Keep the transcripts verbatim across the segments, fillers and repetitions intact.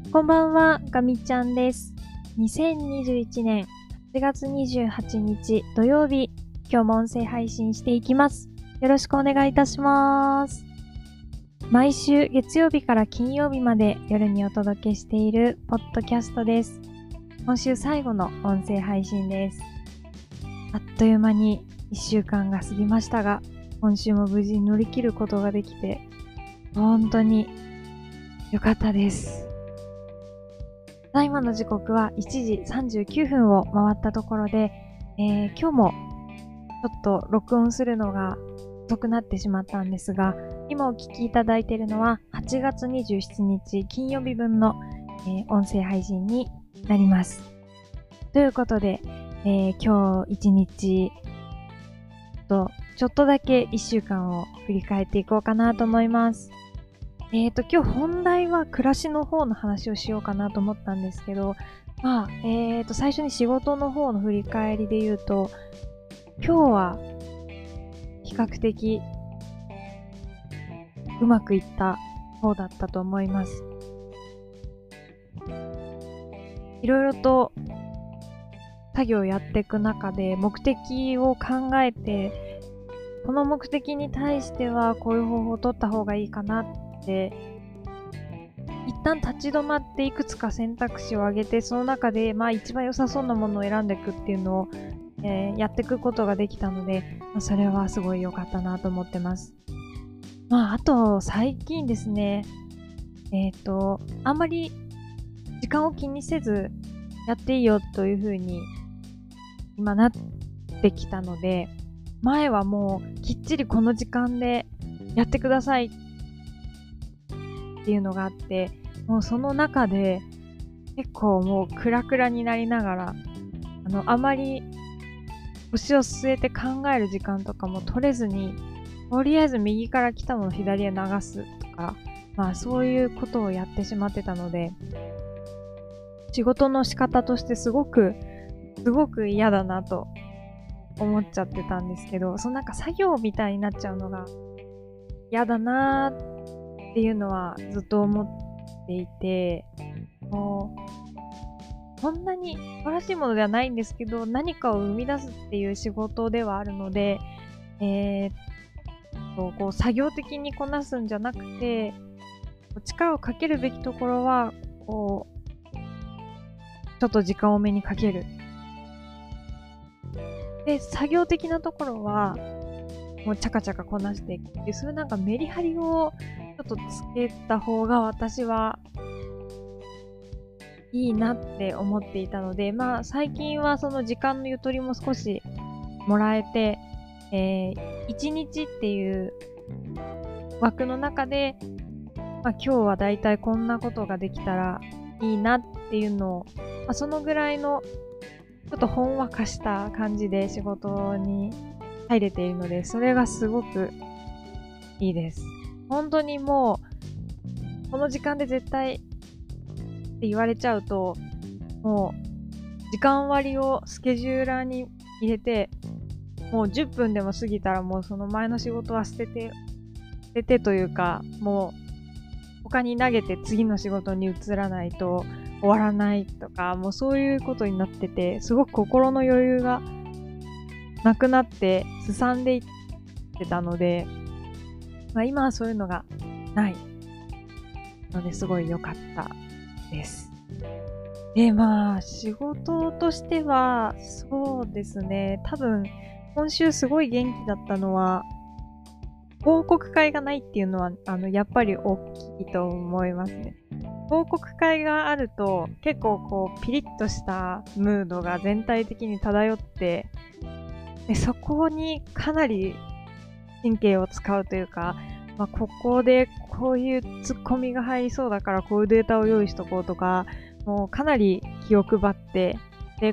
こんばんは、ガミちゃんです。にせんにじゅういちねんはちがつにじゅうはちにち土曜日、今日も音声配信していきます。よろしくお願いいたします。毎週月曜日から金曜日まで夜にお届けしているポッドキャストです。今週最後の音声配信です。あっという間にいっしゅうかんが過ぎましたが、今週も無事に乗り切ることができて、本当に良かったです。ただいまの時刻はいちじさんじゅうきゅうふんを回ったところで、えー、今日もちょっと録音するのが遅くなってしまったんですが、今お聞きいただいているのははちがつにじゅうしちにち金曜日分の、えー、音声配信になります。ということで、えー、今日一日とちょっとだけいっしゅうかんを振り返っていこうかなと思います。えーと、今日本題は暮らしの方の話をしようかなと思ったんですけど、まあ、えーと、最初に仕事の方の振り返りで言うと、今日は比較的うまくいった方だったと思います。いろいろと作業をやっていく中で目的を考えて、この目的に対してはこういう方法を取った方がいいかなって一旦立ち止まっていくつか選択肢を挙げて、その中でまあ一番良さそうなものを選んでいくっていうのを、えー、やっていくことができたので、まあ、それはすごい良かったなと思ってます。まああと最近ですね、えっとあんまり時間を気にせずやっていいよという風に今なってきたので、前はもうきっちりこの時間でやってくださいっていうのがあって、もうその中で結構もうクラクラになりながら、あのあまり腰を据えて考える時間とかも取れずに、とりあえず右から来たものを左へ流すとか、まあそういうことをやってしまってたので、仕事の仕方としてすごくすごく嫌だなと思っちゃってたんですけど、そのなんか作業みたいになっちゃうのが嫌だなーっていうのはずっと思っていて、もうそんなに素晴らしいものではないんですけど、何かを生み出すっていう仕事ではあるので、えー、っとこう作業的にこなすんじゃなくて、力をかけるべきところはこうちょっと時間多めにかける。で、作業的なところはもうチャカチャカこなしていくっていう、そういうなんかメリハリをちょっとつけた方が私はいいなって思っていたので、まあ最近はその時間のゆとりも少しもらえて、えー、いちにちっていう枠の中で、まあ、今日はだいたいこんなことができたらいいなっていうのを、まあ、そのぐらいのちょっとほんわかした感じで仕事に入れているので、それがすごくいいです。本当にもうこの時間で絶対って言われちゃうと、もう時間割をスケジューラーに入れて、もうじゅっぷんでも過ぎたらもうその前の仕事は捨てて捨ててというか、もう他に投げて次の仕事に移らないと終わらないとか、もうそういうことになってて、すごく心の余裕がなくなってすさんでいってたので、まあ、今はそういうのがないのですごい良かったです。で、まあ仕事としてはそうですね、多分今週すごい元気だったのは報告会がないっていうのはあのやっぱり大きいと思いますね。報告会があると結構こうピリッとしたムードが全体的に漂って、でそこにかなり神経を使うというか、まあ、ここでこういうツッコミが入りそうだからこういうデータを用意しとこうとか、もうかなり気を配って、で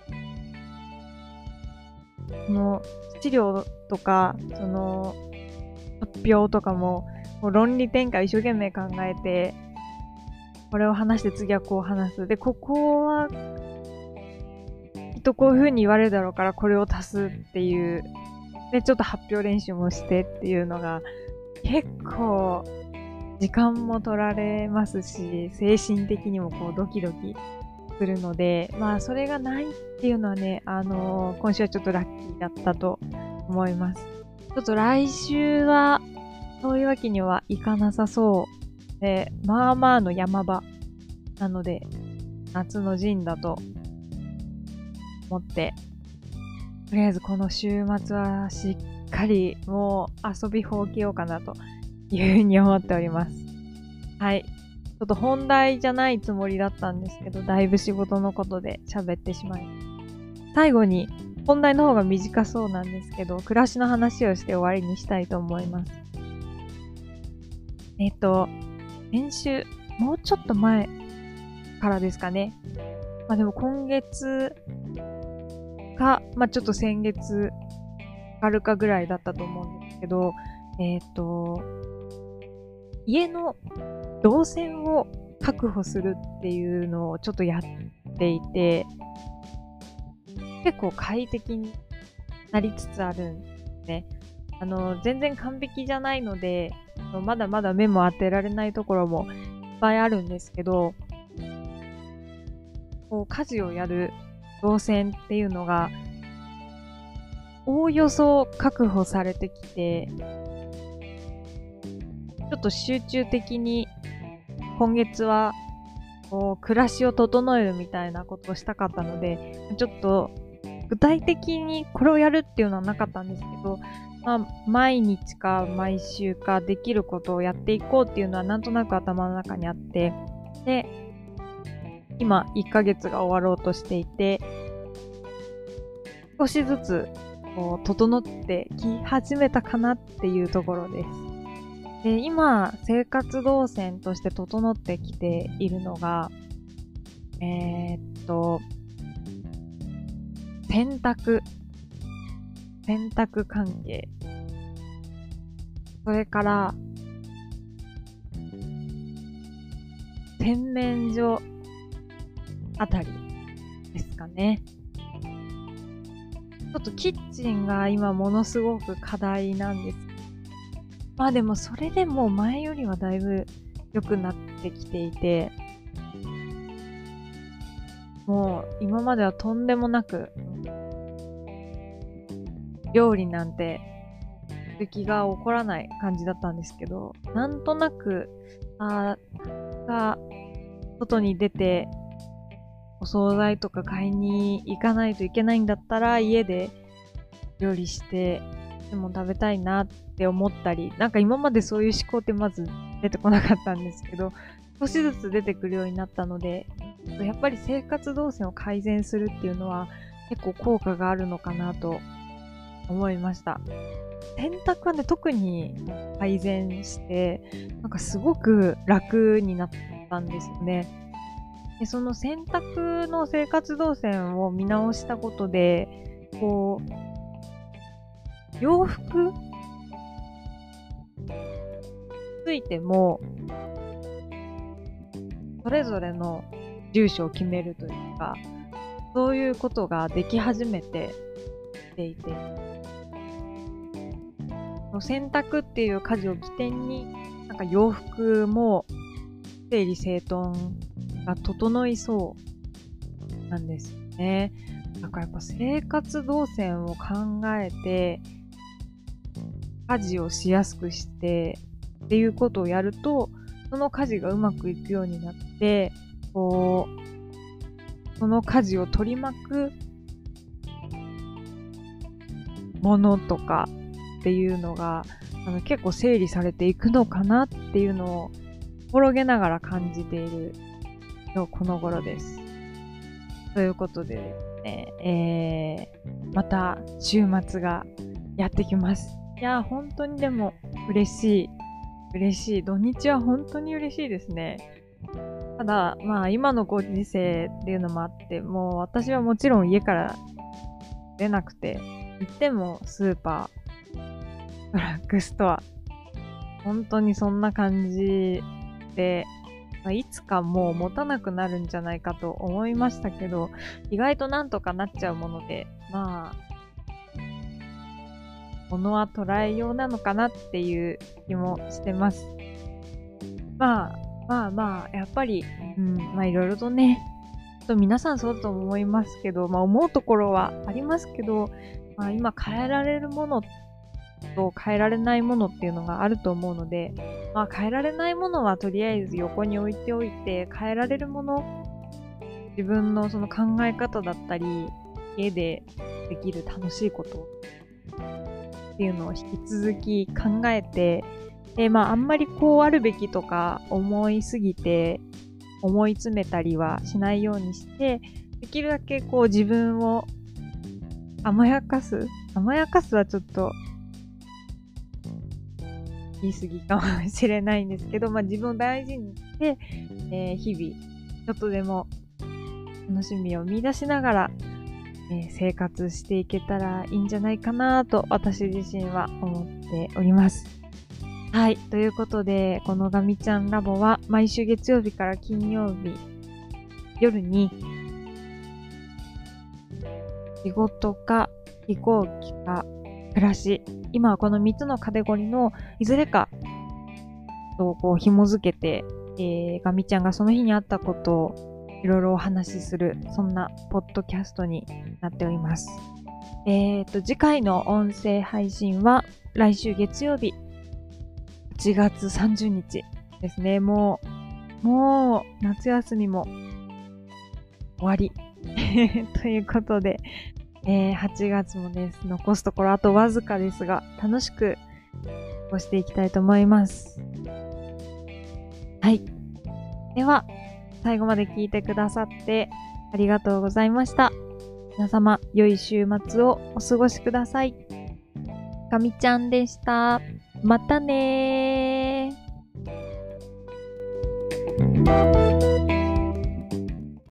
その資料とかその発表とかも、もう論理展開を一生懸命考えて、これを話して次はこう話す。で、ここはきっとこういう風に言われるだろうからこれを足すっていう。で、ちょっと発表練習もしてっていうのが結構時間も取られますし、精神的にもこうドキドキするので、まあそれがないっていうのはね、あのー今週はちょっとラッキーだったと思います。ちょっと来週は、そういうわけにはいかなさそうで、まあまあの山場なので、夏の陣だと思って、とりあえずこの週末はしっかりもう遊びほうけようかなというふうに思っております。はい。ちょっと本題じゃないつもりだったんですけど、だいぶ仕事のことで喋ってしまいました。最後に、本題の方が短そうなんですけど、暮らしの話をして終わりにしたいと思います。えっと、先週、もうちょっと前からですかね。まあでも今月か、まあちょっと先月かるかぐらいだったと思うんですけど、えっと、家の動線を確保するっていうのをちょっとやっていて、結構快適になりつつあるんですね。あの、全然完璧じゃないので、まだまだ目も当てられないところもいっぱいあるんですけど、こう家事をやる動線っていうのが、おおよそ確保されてきて、ちょっと集中的に今月はこう暮らしを整えるみたいなことをしたかったので、ちょっと具体的にこれをやるっていうのはなかったんですけど、まあ、毎日か毎週かできることをやっていこうっていうのはなんとなく頭の中にあって、で、今いっかげつが終わろうとしていて、少しずつこう整ってき始めたかなっていうところです。で、今生活動線として整ってきているのが、えー、っと、洗濯、洗濯関係。それから、洗面所あたりですかね。ちょっとキッチンが今ものすごく課題なんです。まあでもそれでも前よりはだいぶ良くなってきていて、もう今まではとんでもなく料理なんて気が起こらない感じだったんですけど、なんとなく、あが外に出てお惣菜とか買いに行かないといけないんだったら家で料理してでも食べたいなって思ったり、なんか今までそういう思考ってまず出てこなかったんですけど、少しずつ出てくるようになったので、やっぱり生活動線を改善するっていうのは結構効果があるのかなと思いました。洗濯はね、特に改善して、なんかすごく楽になったんですよね。で、その洗濯の生活動線を見直したことで、こう、洋服ついても、それぞれの住所を決めるというか、そういうことができ始めてきていて、洗濯っていう家事を起点に、なんか洋服も整理整頓が整いそうなんですよね。だからやっぱ生活動線を考えて、家事をしやすくしてっていうことをやると、その家事がうまくいくようになって、こう、その家事を取り巻くものとかっていうのが、あの結構整理されていくのかなっていうのを心げながら感じている今日この頃です。ということでですね、えー、また週末がやってきます。いやー、本当にでも嬉しい。嬉しい。土日は本当に嬉しいですね。ただ、まあ今のご時世っていうのもあって、もう私はもちろん家から出なくて、行ってもスーパー、ドラッグストア、本当にそんな感じで、まあ、いつかもう持たなくなるんじゃないかと思いましたけど、意外となんとかなっちゃうもので、まあ、物は捉えようなのかなっていう気もしてます。 まあ、まあまあ、やっぱり、うん、まあいろいろとね、と皆さんそうだと思いますけど、まあ思うところはありますけど、まあ今変えられるものと変えられないものっていうのがあると思うので、まあ変えられないものはとりあえず横に置いておいて、変えられるもの、自分のその考え方だったり、家でできる楽しいことっていうのを引き続き考えて、で、まああんまりこうあるべきとか思いすぎて、思い詰めたりはしないようにして、できるだけこう自分を甘やかす甘やかすはちょっと言い過ぎかもしれないんですけど、まあ自分を大事にして、えー日々、ちょっとでも楽しみを見出しながら、えー生活していけたらいいんじゃないかなと私自身は思っております。はい。ということで、このガミちゃんラボは毎週月曜日から金曜日夜に仕事か飛行機か暮らし、今はこのみっつのカテゴリーのいずれかとこう紐づけて、えー、ガミちゃんがその日にあったことをいろいろお話しする、そんなポッドキャストになっております。えーと、次回の音声配信は来週月曜日、はちがつさんじゅうにちですね。もう、もう夏休みも終わり。ということで、えー、はちがつもです。残すところあとわずかですが、楽しく過ごしていきたいと思います。はい。では、最後まで聞いてくださってありがとうございました。皆様、良い週末をお過ごしください。かみちゃんでした。またねー。